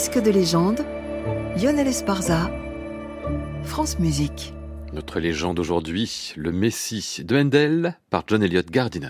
Disque de légende, Lionel Esparza, France Musique. Notre légende aujourd'hui, le Messie de Handel par John Eliot Gardiner.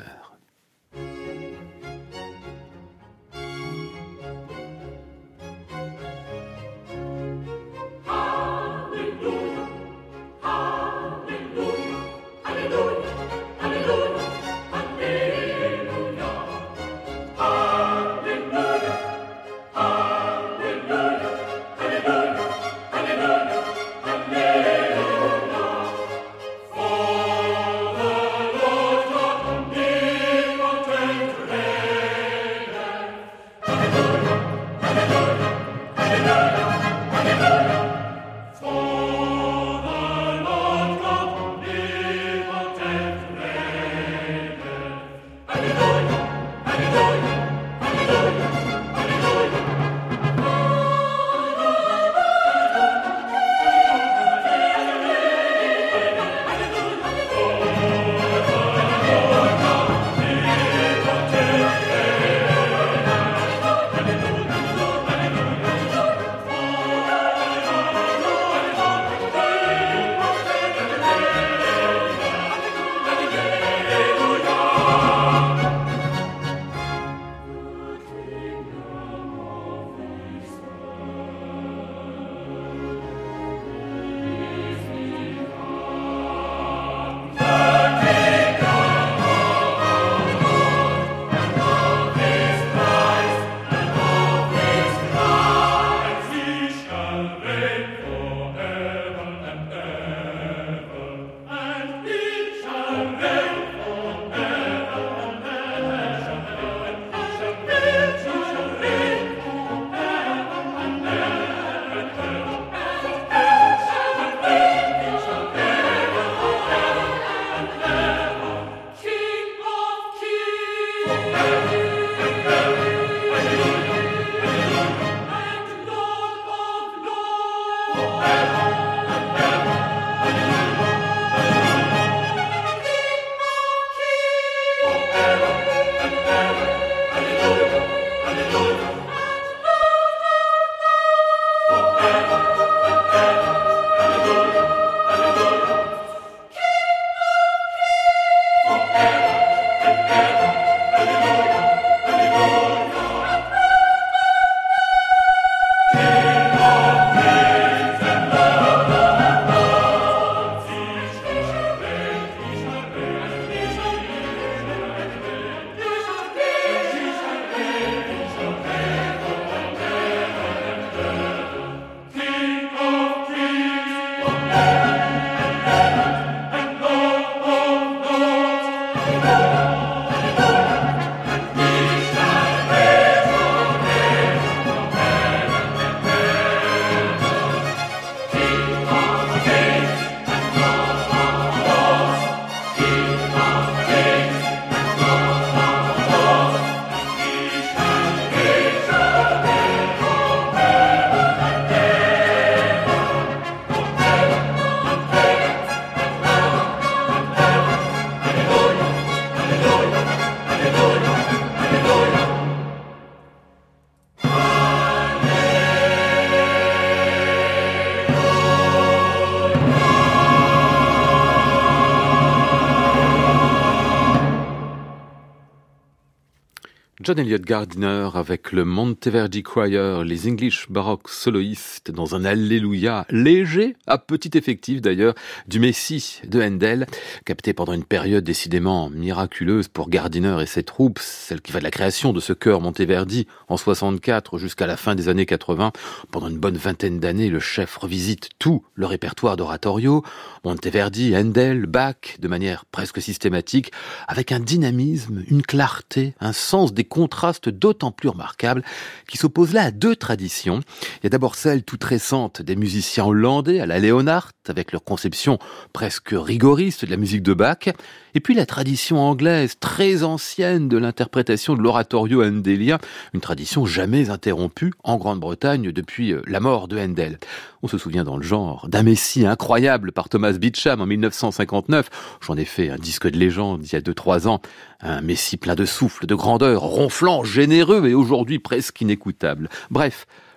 John Eliot Gardiner avec le Monteverdi Choir, les English Baroque soloistes dans un Alléluia léger, à petit effectif d'ailleurs, du Messie de Handel, capté pendant une période décidément miraculeuse pour Gardiner et ses troupes, celle qui va de la création de ce chœur Monteverdi en 64 jusqu'à la fin des années 80. Pendant une bonne vingtaine d'années, le chef revisite tout le répertoire d'oratorio, Monteverdi, Handel, Bach, de manière presque systématique, avec un dynamisme, une clarté, un sens des contrastes d'autant plus remarquables qui s'opposent là à deux traditions. Il y a d'abord celle toute récente des musiciens hollandais à la Leonhardt, avec leur conception presque rigoriste de la musique de Bach, et puis la tradition anglaise très ancienne de l'interprétation de l'oratorio handelien, une tradition jamais interrompue en Grande-Bretagne depuis la mort de Handel. On se souvient dans le genre d'un Messie incroyable par Thomas Beecham en 1959. J'en ai fait un disque de légende il y a 2-3 ans. Un Messie plein de souffle, de grandeur, ronflant, généreux et aujourd'hui presque inécoutable. Bref,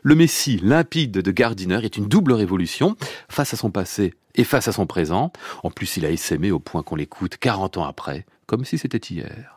Le Messie limpide de Gardiner est une double révolution, face à son passé et face à son présent. En plus, il a essaimé au point qu'on l'écoute 40 ans après, comme si c'était hier.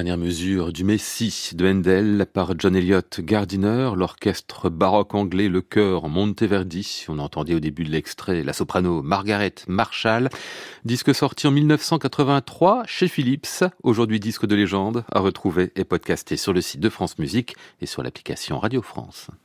dernière mesure du Messie de Handel par John Eliot Gardiner, l'orchestre baroque anglais, le chœur Monteverdi. On entendait au début de l'extrait la soprano Margaret Marshall. Disque sorti en 1983 chez Philips. Aujourd'hui disque de légende à retrouver et podcasté sur le site de France Musique et sur l'application Radio France.